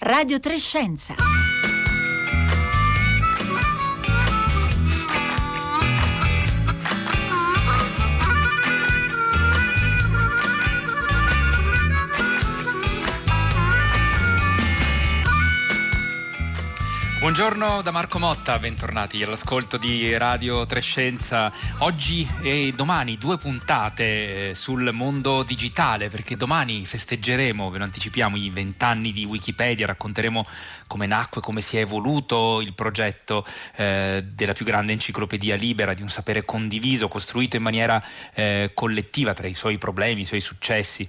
Radio 3 Scienza. Buongiorno da Marco Motta, bentornati all'ascolto di Radio 3 Scienza. Oggi e domani 2 puntate sul mondo digitale, perché domani festeggeremo, ve lo anticipiamo, i 20 anni di Wikipedia, racconteremo come nacque, come si è evoluto il progetto della più grande enciclopedia libera, di un sapere condiviso, costruito in maniera collettiva tra i suoi problemi, i suoi successi.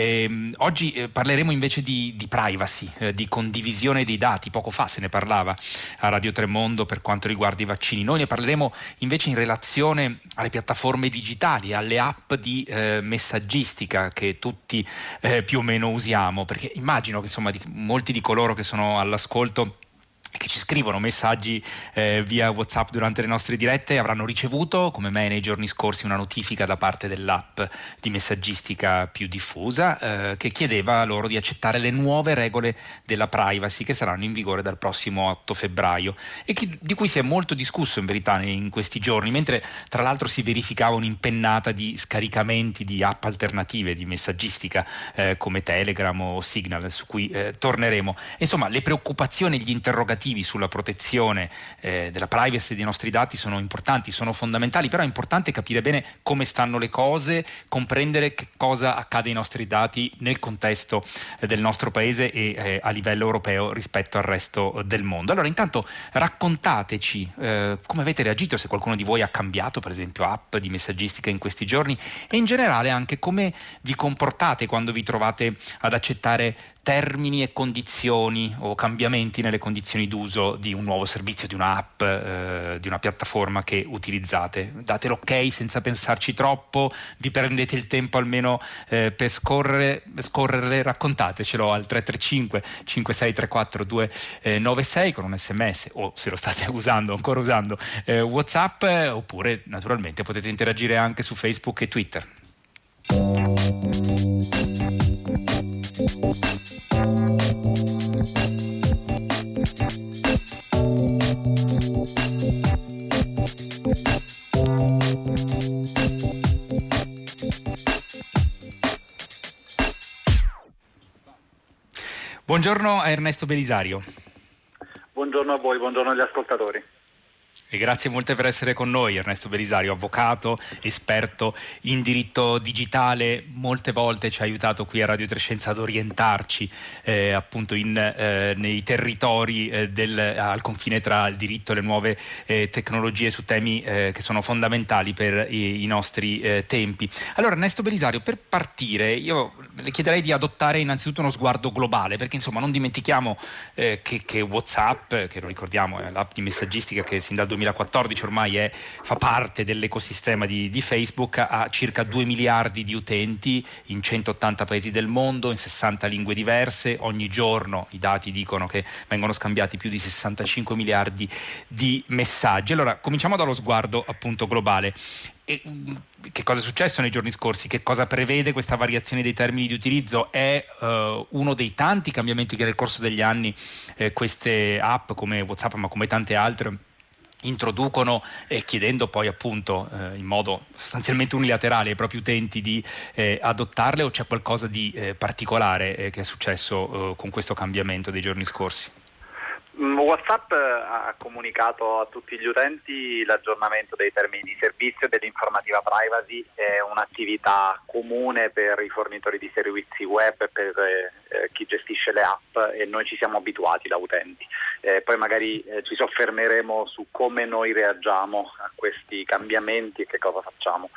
Oggi parleremo invece di privacy, di condivisione dei dati. Poco fa se ne parlava a Radio Tremondo per quanto riguarda i vaccini. Noi ne parleremo invece in relazione alle piattaforme digitali, alle app di messaggistica che tutti più o meno usiamo, perché immagino che insomma molti di coloro che sono all'ascolto, che ci scrivono messaggi via WhatsApp durante le nostre dirette, avranno ricevuto, come me nei giorni scorsi, una notifica da parte dell'app di messaggistica più diffusa che chiedeva loro di accettare le nuove regole della privacy che saranno in vigore dal prossimo 8 febbraio e di cui si è molto discusso in verità in questi giorni, mentre tra l'altro si verificava un'impennata di scaricamenti di app alternative di messaggistica come Telegram o Signal, su cui torneremo. Insomma, le preoccupazioni e gli interrogativi sulla protezione della privacy dei nostri dati sono importanti, sono fondamentali, però è importante capire bene come stanno le cose, comprendere che cosa accade ai nostri dati nel contesto del nostro paese e a livello europeo rispetto al resto del mondo. Allora, intanto raccontateci come avete reagito, se qualcuno di voi ha cambiato per esempio app di messaggistica in questi giorni, e in generale anche come vi comportate quando vi trovate ad accettare termini e condizioni o cambiamenti nelle condizioni d'uso di un nuovo servizio, di un'app, di una piattaforma che utilizzate. Date l'ok senza pensarci troppo, vi prendete il tempo almeno per scorrerle, raccontatecelo al 335 5634 296 con un sms, o se lo state ancora usando WhatsApp, oppure naturalmente potete interagire anche su Facebook e Twitter. Buongiorno a Ernesto Belisario. Buongiorno a voi, buongiorno agli ascoltatori. E grazie molte per essere con noi, Ernesto Belisario, avvocato, esperto in diritto digitale. Molte volte ci ha aiutato qui a Radio 3 Scienza ad orientarci appunto nei territori al confine tra il diritto e le nuove tecnologie su temi che sono fondamentali per i nostri tempi. Allora, Ernesto Belisario, per partire io le chiederei di adottare innanzitutto uno sguardo globale, perché insomma non dimentichiamo che WhatsApp, che lo ricordiamo è l'app di messaggistica che sin dal 2014 ormai fa parte dell'ecosistema di Facebook, ha circa 2 miliardi di utenti in 180 paesi del mondo, in 60 lingue diverse. Ogni giorno i dati dicono che vengono scambiati più di 65 miliardi di messaggi. Allora, cominciamo dallo sguardo appunto globale. Che cosa è successo nei giorni scorsi? Che cosa prevede questa variazione dei termini di utilizzo? È uno dei tanti cambiamenti che nel corso degli anni queste app come WhatsApp, ma come tante altre, introducono, chiedendo poi appunto in modo sostanzialmente unilaterale ai propri utenti di adottarle, o c'è qualcosa di particolare che è successo con questo cambiamento dei giorni scorsi? WhatsApp ha comunicato a tutti gli utenti l'aggiornamento dei termini di servizio e dell'informativa privacy. È un'attività comune per i fornitori di servizi web e per chi gestisce le app, e noi ci siamo abituati da utenti. Poi magari ci soffermeremo su come noi reagiamo a questi cambiamenti e che cosa facciamo.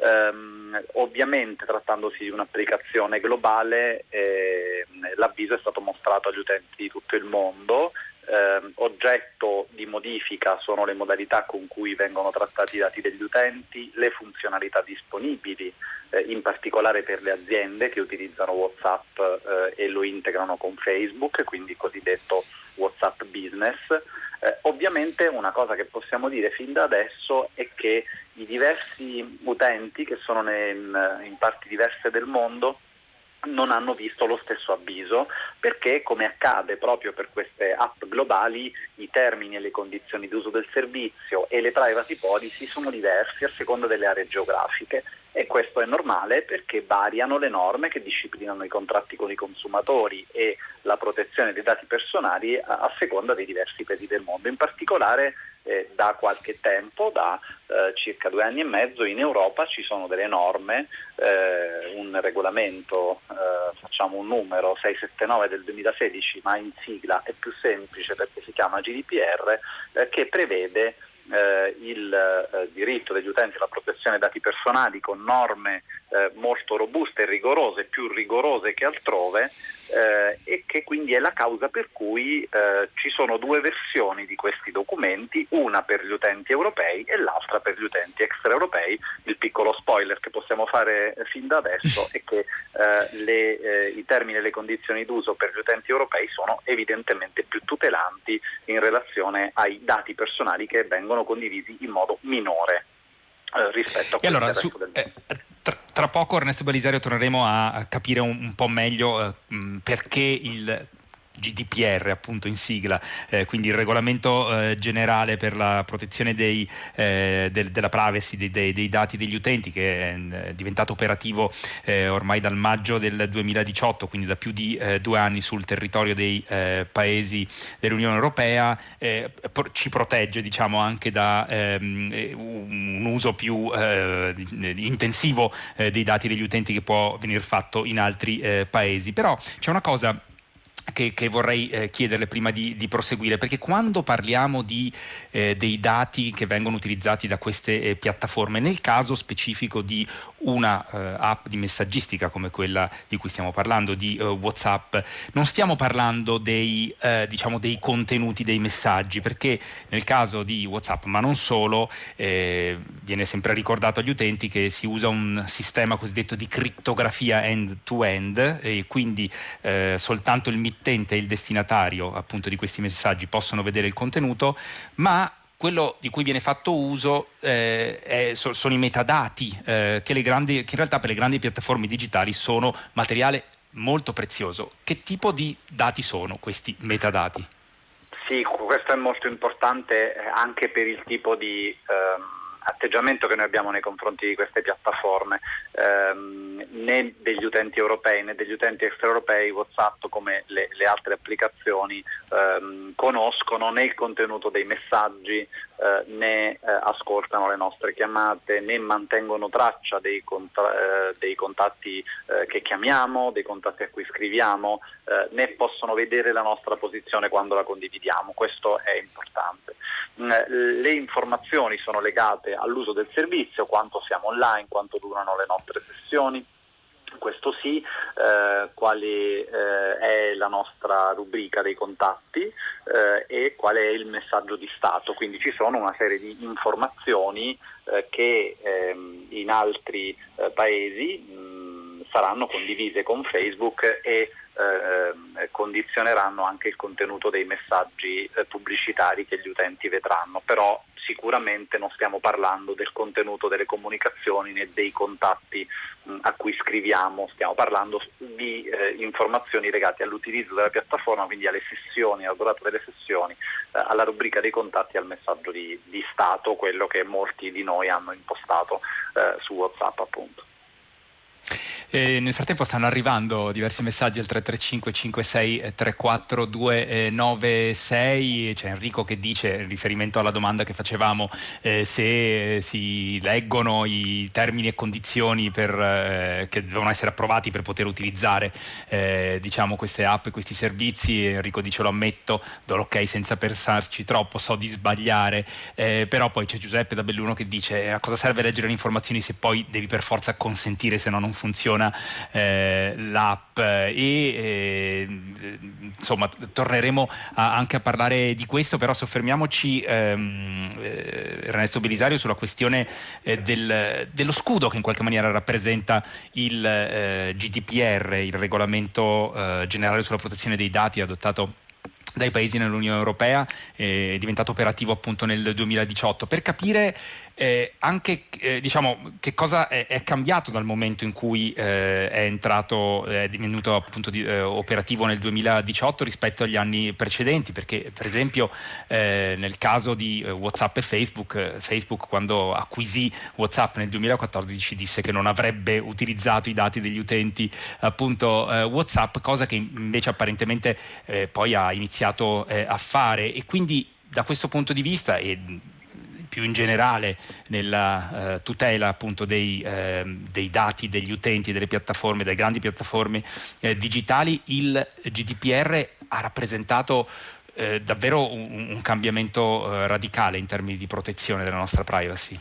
Ovviamente, trattandosi di un'applicazione globale, l'avviso è stato mostrato agli utenti di tutto il mondo. Oggetto di modifica sono le modalità con cui vengono trattati i dati degli utenti, le funzionalità disponibili, in particolare per le aziende che utilizzano WhatsApp e lo integrano con Facebook, quindi il cosiddetto WhatsApp Business. Ovviamente una cosa che possiamo dire fin da adesso è che i diversi utenti che sono in parti diverse del mondo non hanno visto lo stesso avviso, perché, come accade proprio per queste app globali, i termini e le condizioni d'uso del servizio e le privacy policy sono diversi a seconda delle aree geografiche, e questo è normale perché variano le norme che disciplinano i contratti con i consumatori e la protezione dei dati personali a seconda dei diversi paesi del mondo. In particolare da qualche tempo, da circa 2 anni e mezzo, in Europa ci sono delle norme, un regolamento, facciamo un numero 679 del 2016, ma in sigla è più semplice perché si chiama GDPR, che prevede il diritto degli utenti alla protezione dei dati personali con norme molto robuste e rigorose, più rigorose che altrove, e che quindi è la causa per cui ci sono 2 versioni di questi documenti, una per gli utenti europei e l'altra per gli utenti extraeuropei. Il piccolo spoiler che possiamo fare fin da adesso è che i termini e le condizioni d'uso per gli utenti europei sono evidentemente più tutelanti in relazione ai dati personali che vengono condivisi in modo minore rispetto a quelli del resto del mondo. Tra poco, Ernesto Belisario, torneremo a capire un po' meglio perché il GDPR, appunto in sigla, quindi il regolamento generale per la protezione della privacy dei dati degli utenti, che è diventato operativo ormai dal maggio del 2018, quindi da più di 2 anni sul territorio dei paesi dell'Unione Europea, ci protegge, diciamo, anche da un uso più intensivo dei dati degli utenti che può venire fatto in altri paesi. Però c'è una cosa che vorrei chiederle prima di proseguire, perché quando parliamo dei dati che vengono utilizzati da queste piattaforme, nel caso specifico di una app di messaggistica come quella di cui stiamo parlando, di WhatsApp, non stiamo parlando dei contenuti dei messaggi, perché nel caso di WhatsApp, ma non solo, viene sempre ricordato agli utenti che si usa un sistema cosiddetto di crittografia end-to-end, e quindi soltanto il mittente e il destinatario, appunto, di questi messaggi possono vedere il contenuto, ma quello di cui viene fatto uso sono i metadati, che in realtà per le grandi piattaforme digitali sono materiale molto prezioso. Che tipo di dati sono questi metadati? Sì, questo è molto importante anche per il tipo di atteggiamento che noi abbiamo nei confronti di queste piattaforme. Né degli utenti europei né degli utenti extraeuropei WhatsApp, come le altre applicazioni, conoscono né il contenuto dei messaggi, né ascoltano le nostre chiamate, né mantengono traccia dei contatti che chiamiamo, dei contatti a cui scriviamo, né possono vedere la nostra posizione quando la condividiamo. Questo è importante. Le informazioni sono legate all'uso del servizio, quanto siamo online, quanto durano le nostre sessioni, questo sì, quale è la nostra rubrica dei contatti e qual è il messaggio di stato. Quindi ci sono una serie di informazioni che in altri paesi saranno condivise con Facebook e condizioneranno anche il contenuto dei messaggi pubblicitari che gli utenti vedranno, però sicuramente non stiamo parlando del contenuto delle comunicazioni né dei contatti a cui scriviamo, stiamo parlando di informazioni legate all'utilizzo della piattaforma, quindi alle sessioni, alla durata delle sessioni, alla rubrica dei contatti e al messaggio di stato, quello che molti di noi hanno impostato su WhatsApp, appunto. Nel frattempo stanno arrivando diversi messaggi al 335 56 34 296. C'è Enrico che dice, in riferimento alla domanda che facevamo, se si leggono i termini e condizioni che devono essere approvati per poter utilizzare queste app e questi servizi. Enrico dice: lo ammetto, do l'ok senza pensarci troppo, so di sbagliare, però poi c'è Giuseppe da Belluno che dice: a cosa serve leggere le informazioni se poi devi per forza consentire, se no non funziona l'app. Insomma, torneremo anche a parlare di questo, però soffermiamoci, Ernesto Belisario, sulla questione dello scudo che in qualche maniera rappresenta il GDPR, il regolamento generale sulla protezione dei dati adottato dai paesi nell'Unione Europea, è diventato operativo appunto nel 2018. Per capire Anche diciamo, che cosa è cambiato dal momento in cui è divenuto appunto operativo nel 2018 rispetto agli anni precedenti, perché per esempio nel caso di WhatsApp e Facebook quando acquisì WhatsApp nel 2014 disse che non avrebbe utilizzato i dati degli utenti appunto WhatsApp, cosa che invece apparentemente poi ha iniziato a fare, e quindi da questo punto di vista e più in generale nella tutela appunto dei dati degli utenti, delle piattaforme, delle grandi piattaforme digitali, il GDPR ha rappresentato davvero un cambiamento radicale in termini di protezione della nostra privacy.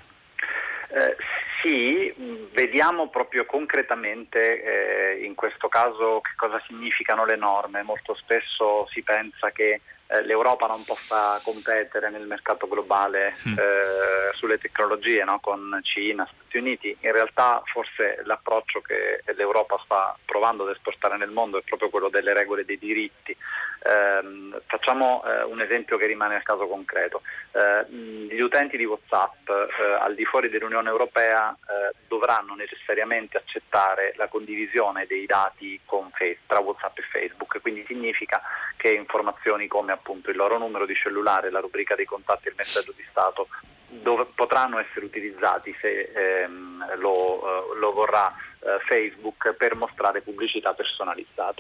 Sì, vediamo proprio concretamente in questo caso che cosa significano le norme. Molto spesso si pensa che l'Europa non possa competere nel mercato globale sulle tecnologie, no? Con Cina, Stati Uniti. In realtà forse l'approccio che l'Europa sta provando ad esportare nel mondo è proprio quello delle regole dei diritti. Facciamo un esempio che rimane al caso concreto. Gli utenti di WhatsApp al di fuori dell'Unione Europea dovranno necessariamente accettare la condivisione dei dati tra WhatsApp e Facebook, quindi significa che informazioni come appunto il loro numero di cellulare, la rubrica dei contatti e il messaggio di stato potranno essere utilizzati se lo vorrà Facebook per mostrare pubblicità personalizzate.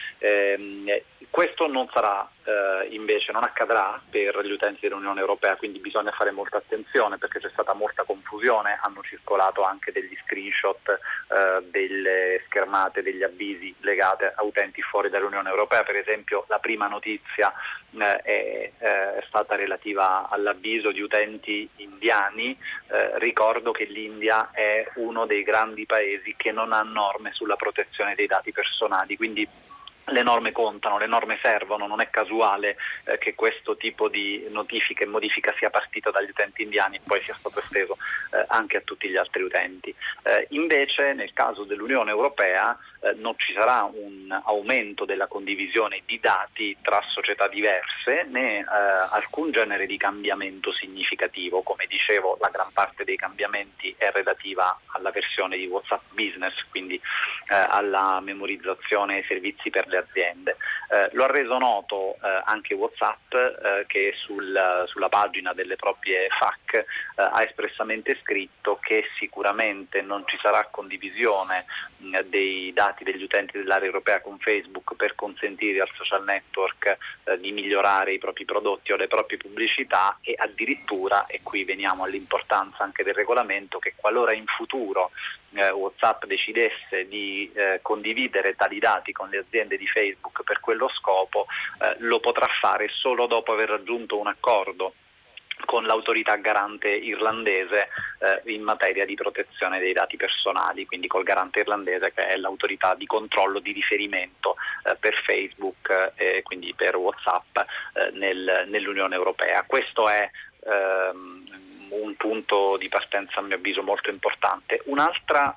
Questo non sarà invece non accadrà per gli utenti dell'Unione Europea, quindi bisogna fare molta attenzione perché c'è stata molta confusione, hanno circolato anche degli screenshot delle schermate, degli avvisi legati a utenti fuori dall'Unione Europea. Per esempio la prima notizia è stata relativa all'avviso di utenti indiani. Ricordo che l'India è uno dei grandi paesi che non ha norme sulla protezione dei dati personali, quindi le norme contano, le norme servono, non è casuale che questo tipo di notifica e modifica sia partito dagli utenti indiani e poi sia stato esteso anche a tutti gli altri utenti. Invece nel caso dell'Unione Europea non ci sarà un aumento della condivisione di dati tra società diverse né alcun genere di cambiamento significativo. Come dicevo, la gran parte dei cambiamenti è relativa alla versione di WhatsApp Business, quindi alla memorizzazione e servizi per le aziende. Lo ha reso noto anche WhatsApp che sulla pagina delle proprie FAQ ha espressamente scritto che sicuramente non ci sarà condivisione dei dati degli utenti dell'area europea con Facebook per consentire al social network di migliorare i propri prodotti o le proprie pubblicità, e addirittura, e qui veniamo all'importanza anche del regolamento, che qualora in futuro WhatsApp decidesse di condividere tali dati con le aziende di Facebook per quello scopo, lo potrà fare solo dopo aver raggiunto un accordo con l'autorità garante irlandese in materia di protezione dei dati personali, quindi col garante irlandese che è l'autorità di controllo di riferimento per Facebook e quindi per WhatsApp nell'Unione Europea. Questo è un punto di partenza a mio avviso molto importante. Un'altra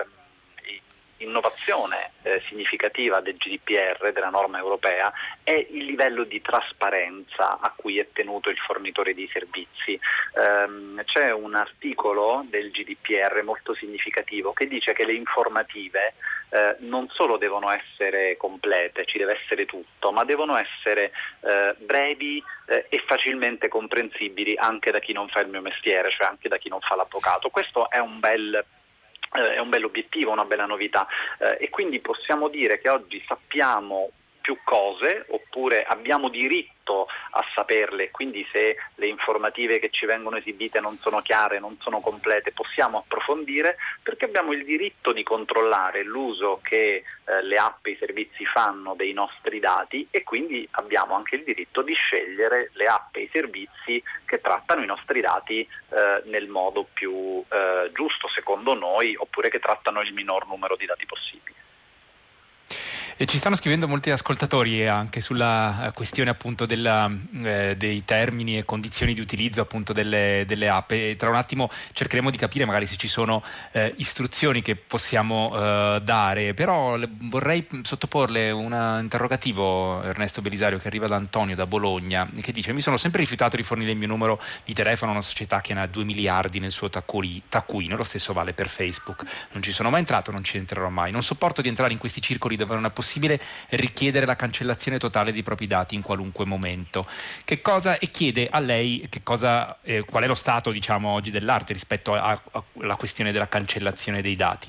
innovazione significativa del GDPR, della norma europea, è il livello di trasparenza a cui è tenuto il fornitore di servizi. C'è un articolo del GDPR molto significativo che dice che le informative non solo devono essere complete, ci deve essere tutto, ma devono essere brevi e facilmente comprensibili anche da chi non fa il mio mestiere, cioè anche da chi non fa l'avvocato. Questo è un bel obiettivo, una bella novità, e quindi possiamo dire che oggi sappiamo più cose, oppure abbiamo diritto a saperle, quindi se le informative che ci vengono esibite non sono chiare, non sono complete, possiamo approfondire, perché abbiamo il diritto di controllare l'uso che le app e i servizi fanno dei nostri dati, e quindi abbiamo anche il diritto di scegliere le app e i servizi che trattano i nostri dati nel modo più giusto secondo noi, oppure che trattano il minor numero di dati possibili. E ci stanno scrivendo molti ascoltatori anche sulla questione appunto dei termini e condizioni di utilizzo appunto delle app, e tra un attimo cercheremo di capire magari se ci sono istruzioni che possiamo dare, però vorrei sottoporle un interrogativo, Ernesto Belisario, che arriva da Antonio da Bologna, che dice: mi sono sempre rifiutato di fornire il mio numero di telefono a una società che ne ha 2 miliardi nel suo taccuino, lo stesso vale per Facebook, non ci sono mai entrato, non ci entrerò mai, non sopporto di entrare in questi circoli dove non è possibile richiedere la cancellazione totale dei propri dati in qualunque momento. Che cosa, e chiede a lei qual è lo stato, diciamo, oggi dell'arte rispetto alla questione della cancellazione dei dati.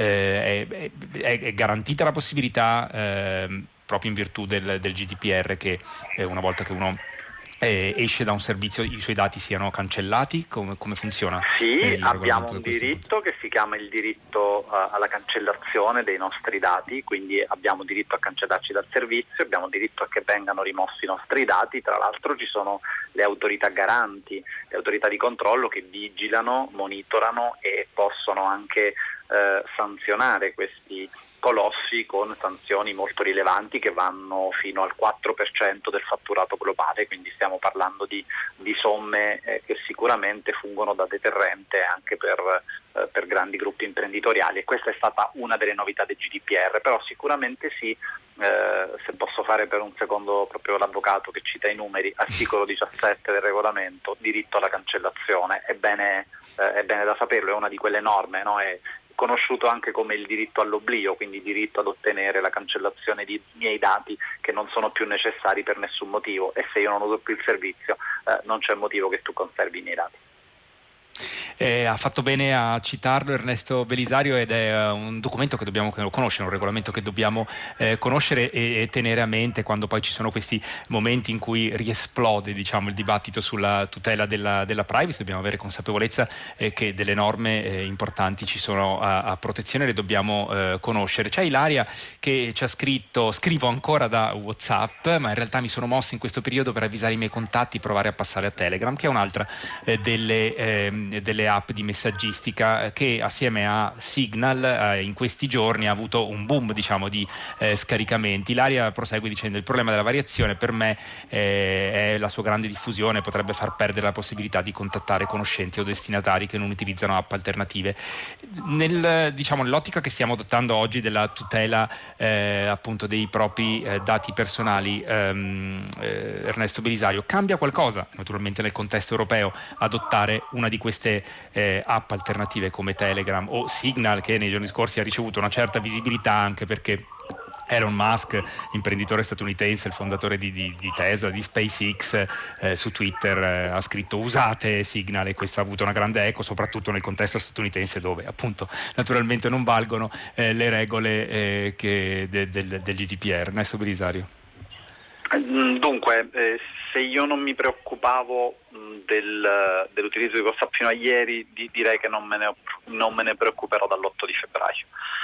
È garantita la possibilità, proprio in virtù del GDPR, che una volta che uno esce da un servizio i suoi dati siano cancellati? Come funziona? Sì, abbiamo un diritto che si chiama il diritto alla cancellazione dei nostri dati, quindi abbiamo diritto a cancellarci dal servizio, abbiamo diritto a che vengano rimossi i nostri dati. Tra l'altro ci sono le autorità garanti, le autorità di controllo che vigilano, monitorano e possono anche sanzionare questi colossi con sanzioni molto rilevanti che vanno fino al 4% del fatturato globale, quindi stiamo parlando di somme che sicuramente fungono da deterrente anche per grandi gruppi imprenditoriali, e questa è stata una delle novità del GDPR. Però sicuramente sì, se posso fare per un secondo proprio l'avvocato che cita i numeri, articolo 17 del regolamento, diritto alla cancellazione, è bene da saperlo, è una di quelle norme, no? È conosciuto anche come il diritto all'oblio, quindi diritto ad ottenere la cancellazione di miei dati che non sono più necessari per nessun motivo, e se io non uso più il servizio non c'è motivo che tu conservi i miei dati. Ha fatto bene a citarlo Ernesto Belisario, ed è un documento che dobbiamo conoscere, un regolamento che dobbiamo conoscere e tenere a mente quando poi ci sono questi momenti in cui riesplode, diciamo, il dibattito sulla tutela della privacy. Dobbiamo avere consapevolezza che delle norme importanti ci sono a protezione, le dobbiamo conoscere. C'è Ilaria che ci ha scritto: scrivo ancora da WhatsApp, ma in realtà mi sono mosso in questo periodo per avvisare i miei contatti, provare a passare a Telegram, che è un'altra delle app di messaggistica che assieme a Signal in questi giorni ha avuto un boom, diciamo, di scaricamenti. Ilaria prosegue dicendo: il problema della variazione per me è la sua grande diffusione, potrebbe far perdere la possibilità di contattare conoscenti o destinatari che non utilizzano app alternative. Nell'ottica che stiamo adottando oggi della tutela appunto dei propri dati personali, Ernesto Belisario, cambia qualcosa naturalmente nel contesto europeo adottare una di queste app alternative come Telegram o Signal, che nei giorni scorsi ha ricevuto una certa visibilità anche perché Elon Musk, imprenditore statunitense, il fondatore di Tesla, di SpaceX, su Twitter ha scritto: usate Signal, e questo ha avuto una grande eco soprattutto nel contesto statunitense, dove appunto naturalmente non valgono le regole del GDPR. Ernesto Belisario. Dunque, se io non mi preoccupavo dell'utilizzo di WhatsApp fino a ieri, direi che non me ne preoccuperò dall'8 di febbraio.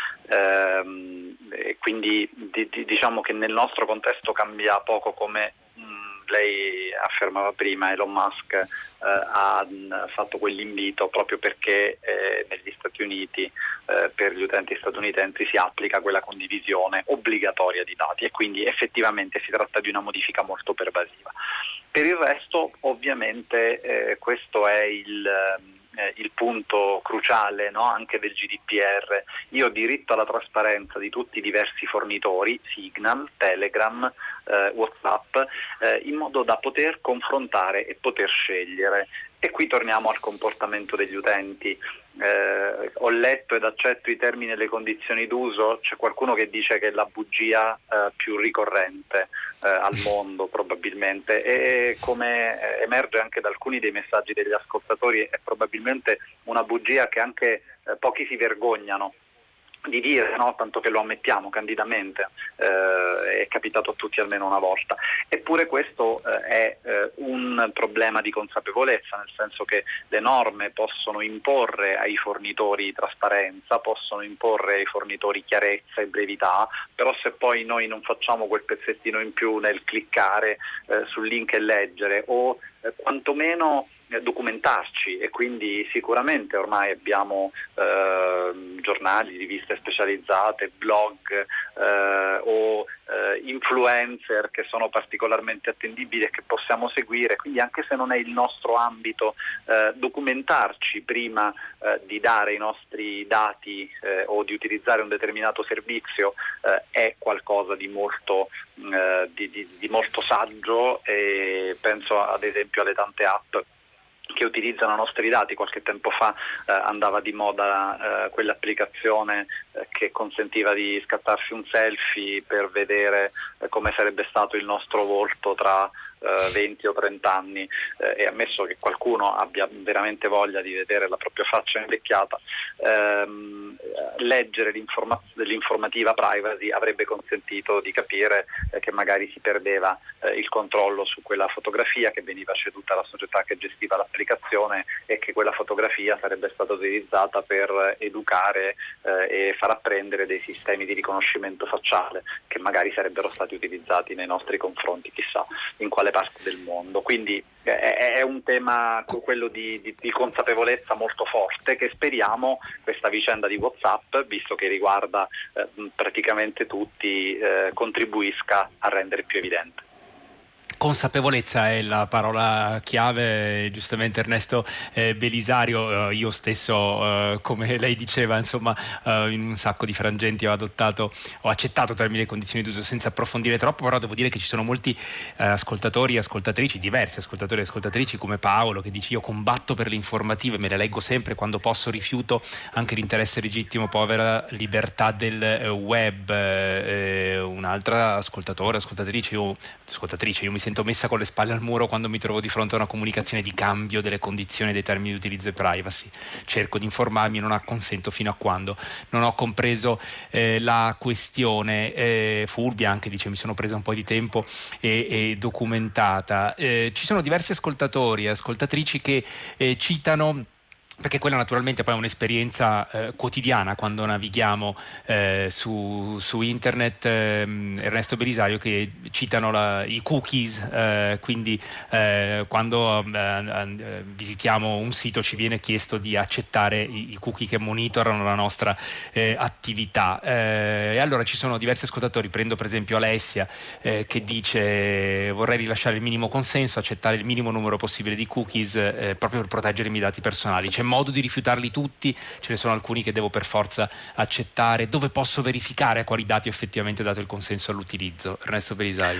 E quindi diciamo che nel nostro contesto cambia poco, come lei affermava prima. Elon Musk ha fatto quell'invito proprio perché negli Stati Uniti per gli utenti statunitensi si applica quella condivisione obbligatoria di dati, e quindi effettivamente si tratta di una modifica molto pervasiva. Per il resto, ovviamente, questo è il punto cruciale, no? Anche del GDPR. Io ho diritto alla trasparenza di tutti i diversi fornitori, Signal, Telegram, WhatsApp, in modo da poter confrontare e poter scegliere. E qui torniamo al comportamento degli utenti. Ho letto ed accetto i termini e le condizioni d'uso. C'è qualcuno che dice che è la bugia più ricorrente al mondo, probabilmente, e come emerge anche da alcuni dei messaggi degli ascoltatori, è probabilmente una bugia che anche pochi si vergognano di dire, no? Tanto che lo ammettiamo candidamente, è capitato a tutti almeno una volta. Eppure questo è un problema di consapevolezza, nel senso che le norme possono imporre ai fornitori trasparenza, possono imporre ai fornitori chiarezza e brevità, però se poi noi non facciamo quel pezzettino in più nel cliccare sul link e leggere, o quantomeno documentarci, e quindi sicuramente ormai abbiamo giornali, riviste specializzate, blog o influencer che sono particolarmente attendibili e che possiamo seguire, quindi anche se non è il nostro ambito, documentarci prima di dare i nostri dati o di utilizzare un determinato servizio è qualcosa di molto molto saggio, e penso ad esempio alle tante app che utilizzano i nostri dati. Qualche tempo fa andava di moda quell'applicazione che consentiva di scattarsi un selfie per vedere come sarebbe stato il nostro volto tra 20 o 30 anni, e ammesso che qualcuno abbia veramente voglia di vedere la propria faccia invecchiata, leggere l'informativa privacy avrebbe consentito di capire che magari si perdeva il controllo su quella fotografia, che veniva ceduta alla società che gestiva l'applicazione, e che quella fotografia sarebbe stata utilizzata per educare e far apprendere dei sistemi di riconoscimento facciale che magari sarebbero stati utilizzati nei nostri confronti, chissà in quale parte del mondo. Quindi è un tema, quello di consapevolezza molto forte, che speriamo questa vicenda di WhatsApp, visto che riguarda praticamente tutti, contribuisca a rendere più evidente. Consapevolezza è la parola chiave, giustamente Ernesto Belisario. Io stesso, come lei diceva, insomma, in un sacco di frangenti ho accettato termini e condizioni d'uso senza approfondire troppo, però devo dire che ci sono molti ascoltatori e ascoltatrici, diversi ascoltatori e ascoltatrici come Paolo, che dice: io combatto per le informative, me le leggo sempre, quando posso rifiuto anche l'interesse legittimo, povera libertà del web. Un'altra ascoltatrice, io mi sento messa con le spalle al muro quando mi trovo di fronte a una comunicazione di cambio delle condizioni dei termini di utilizzo e privacy. Cerco di informarmi, non acconsento fino a quando non ho compreso la questione. Fulvia anche dice: mi sono presa un po' di tempo e documentata. Ci sono diversi ascoltatori e ascoltatrici che citano, perché quella naturalmente poi è un'esperienza quotidiana quando navighiamo su internet, Ernesto Belisario, che citano i cookies, quindi quando visitiamo un sito ci viene chiesto di accettare i cookie che monitorano la nostra attività, e allora ci sono diversi ascoltatori. Prendo per esempio Alessia, che dice: vorrei rilasciare il minimo consenso, accettare il minimo numero possibile di cookies proprio per proteggere i miei dati personali. C'è modo di rifiutarli tutti? Ce ne sono alcuni che devo per forza accettare? Dove posso verificare a quali dati ho effettivamente dato il consenso all'utilizzo? Ernesto Belisario.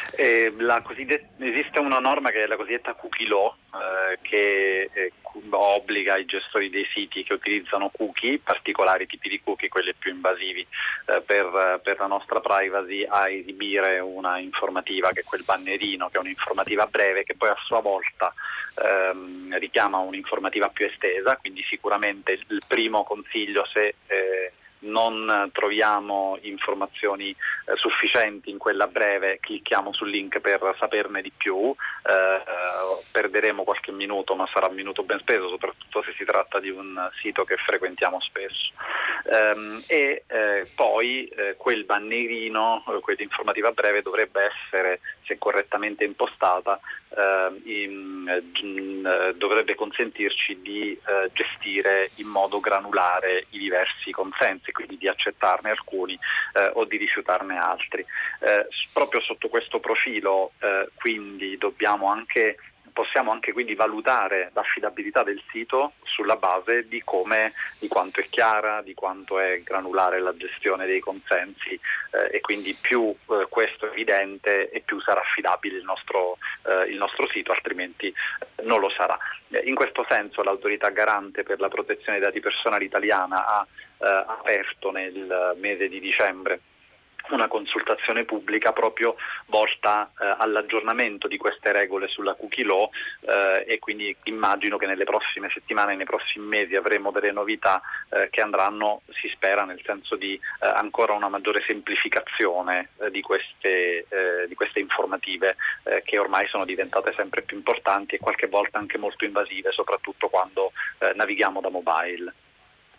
Esiste una norma che è la cosiddetta cookie law, che obbliga i gestori dei siti che utilizzano cookie, particolari tipi di cookie, quelli più invasivi per la nostra privacy, a esibire una informativa, che è quel bannerino, che è un'informativa breve, che poi a sua volta richiama un'informativa più estesa. Quindi sicuramente il primo consiglio, se non troviamo informazioni sufficienti in quella breve, clicchiamo sul link per saperne di più. Perderemo qualche minuto, ma sarà un minuto ben speso, soprattutto se si tratta di un sito che frequentiamo spesso. Poi quel bannerino, quell'informativa breve, dovrebbe essere, se correttamente impostata, dovrebbe consentirci di gestire in modo granulare i diversi consensi, quindi di accettarne alcuni o di rifiutarne altri. Proprio sotto questo profilo, quindi possiamo anche quindi valutare l'affidabilità del sito sulla base di quanto è chiara, di quanto è granulare la gestione dei consensi, e quindi più questo è evidente e più sarà affidabile il nostro sito, altrimenti non lo sarà. In questo senso l'Autorità Garante per la Protezione dei Dati Personali italiana ha aperto nel mese di dicembre una consultazione pubblica proprio volta all'aggiornamento di queste regole sulla cookie law, e quindi immagino che nelle prossime settimane, nei prossimi mesi, avremo delle novità che andranno, si spera, nel senso di ancora una maggiore semplificazione di queste informative, che ormai sono diventate sempre più importanti e qualche volta anche molto invasive, soprattutto quando navighiamo da mobile.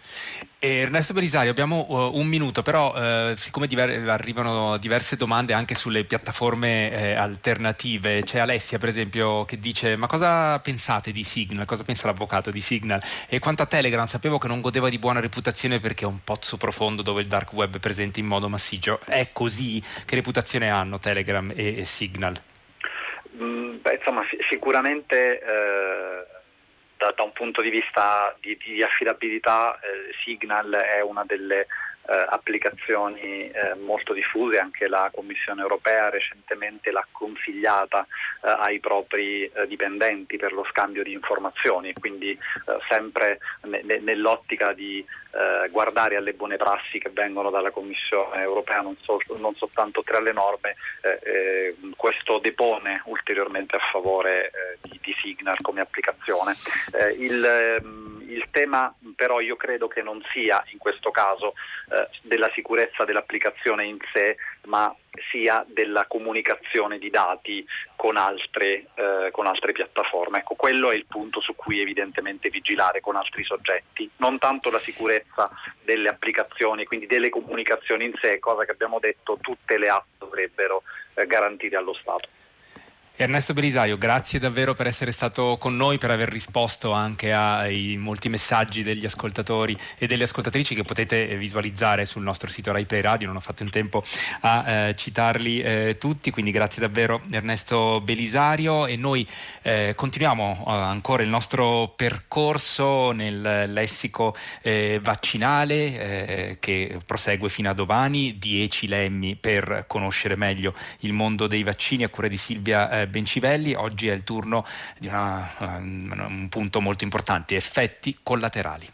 Ernesto Belisario, abbiamo un minuto, però siccome arrivano diverse domande anche sulle piattaforme alternative, c'è Alessia per esempio che dice: ma cosa pensate di Signal? Cosa pensa l'avvocato di Signal? E quanto a Telegram, sapevo che non godeva di buona reputazione perché è un pozzo profondo dove il dark web è presente in modo massiccio. È così? Che reputazione hanno Telegram e Signal? Insomma, sicuramente da un punto di vista di affidabilità, Signal è una delle applicazioni molto diffuse. Anche la Commissione europea recentemente l'ha consigliata ai propri dipendenti per lo scambio di informazioni, quindi sempre nell'ottica di guardare alle buone prassi che vengono dalla Commissione europea, non soltanto tra le norme. Questo depone ulteriormente a favore di Signal come applicazione. Il tema però io credo che non sia in questo caso della sicurezza dell'applicazione in sé, ma sia della comunicazione di dati con altre piattaforme. Ecco, quello è il punto su cui evidentemente vigilare con altri soggetti, non tanto la sicurezza delle applicazioni, quindi delle comunicazioni in sé, cosa che abbiamo detto tutte le app dovrebbero garantire allo Stato. Ernesto Belisario, grazie davvero per essere stato con noi, per aver risposto anche ai molti messaggi degli ascoltatori e delle ascoltatrici che potete visualizzare sul nostro sito Rai Play Radio. Non ho fatto in tempo a citarli tutti, quindi grazie davvero Ernesto Belisario, e noi continuiamo ancora il nostro percorso nel lessico vaccinale che prosegue fino a domani. 10 lemmi per conoscere meglio il mondo dei vaccini a cura di Silvia Bencivelli. Oggi è il turno di un punto molto importante: effetti collaterali.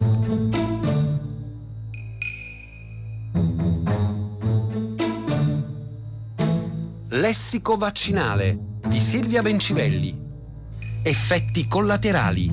Lessico vaccinale di Silvia Bencivelli. Effetti collaterali.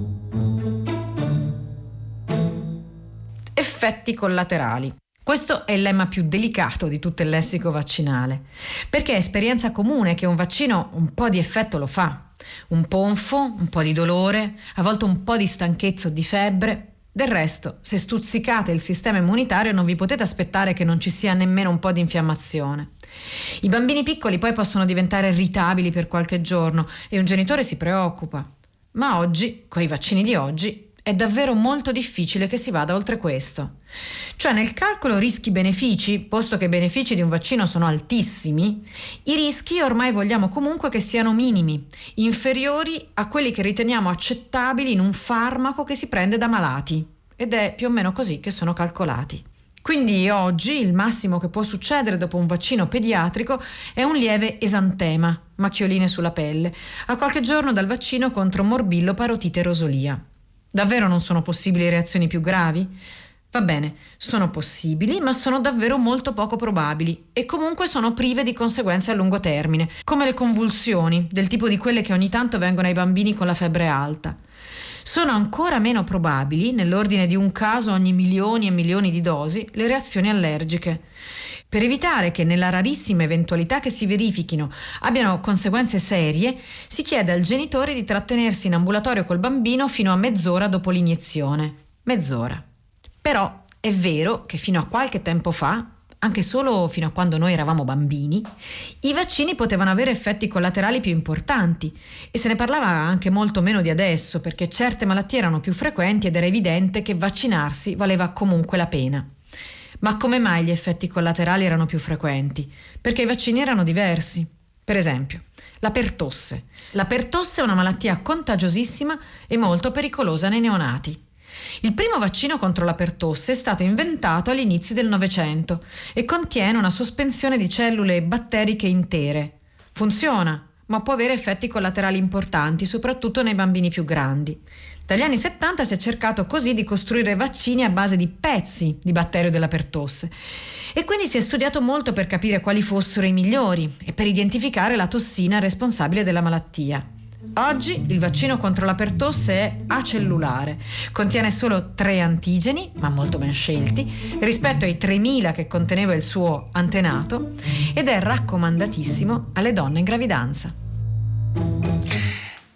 Effetti collaterali. Questo è il lemma più delicato di tutto il lessico vaccinale, perché è esperienza comune che un vaccino un po' di effetto lo fa. Un ponfo, un po' di dolore, a volte un po' di stanchezza o di febbre. Del resto, se stuzzicate il sistema immunitario non vi potete aspettare che non ci sia nemmeno un po' di infiammazione. I bambini piccoli poi possono diventare irritabili per qualche giorno e un genitore si preoccupa. Ma oggi, coi vaccini di oggi, è davvero molto difficile che si vada oltre questo. Cioè, nel calcolo rischi-benefici, posto che i benefici di un vaccino sono altissimi, i rischi ormai vogliamo comunque che siano minimi, inferiori a quelli che riteniamo accettabili in un farmaco che si prende da malati, ed è più o meno così che sono calcolati. Quindi oggi il massimo che può succedere dopo un vaccino pediatrico è un lieve esantema, macchioline sulla pelle, a qualche giorno dal vaccino contro morbillo, parotite e rosolia. Davvero non sono possibili reazioni più gravi? Va bene, sono possibili, ma sono davvero molto poco probabili e comunque sono prive di conseguenze a lungo termine, come le convulsioni, del tipo di quelle che ogni tanto vengono ai bambini con la febbre alta. Sono ancora meno probabili, nell'ordine di un caso ogni milioni e milioni di dosi, le reazioni allergiche. Per evitare che nella rarissima eventualità che si verifichino abbiano conseguenze serie, si chiede al genitore di trattenersi in ambulatorio col bambino fino a mezz'ora dopo l'iniezione. Mezz'ora. Però è vero che fino a qualche tempo fa, anche solo fino a quando noi eravamo bambini, i vaccini potevano avere effetti collaterali più importanti e se ne parlava anche molto meno di adesso, perché certe malattie erano più frequenti ed era evidente che vaccinarsi valeva comunque la pena. Ma come mai gli effetti collaterali erano più frequenti? Perché i vaccini erano diversi. Per esempio, la pertosse. La pertosse è una malattia contagiosissima e molto pericolosa nei neonati. Il primo vaccino contro la pertosse è stato inventato agli inizi del Novecento e contiene una sospensione di cellule batteriche intere. Funziona, ma può avere effetti collaterali importanti, soprattutto nei bambini più grandi. Dagli anni 70 si è cercato così di costruire vaccini a base di pezzi di batterio della pertosse e quindi si è studiato molto per capire quali fossero i migliori e per identificare la tossina responsabile della malattia. Oggi il vaccino contro la pertosse è acellulare, contiene solo 3 antigeni, ma molto ben scelti, rispetto ai 3.000 che conteneva il suo antenato ed è raccomandatissimo alle donne in gravidanza.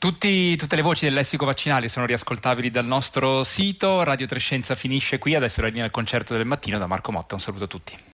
Tutte le voci del lessico vaccinale sono riascoltabili dal nostro sito. Radio Trescenza finisce qui, adesso la linea al concerto del mattino da Marco Motta. Un saluto a tutti.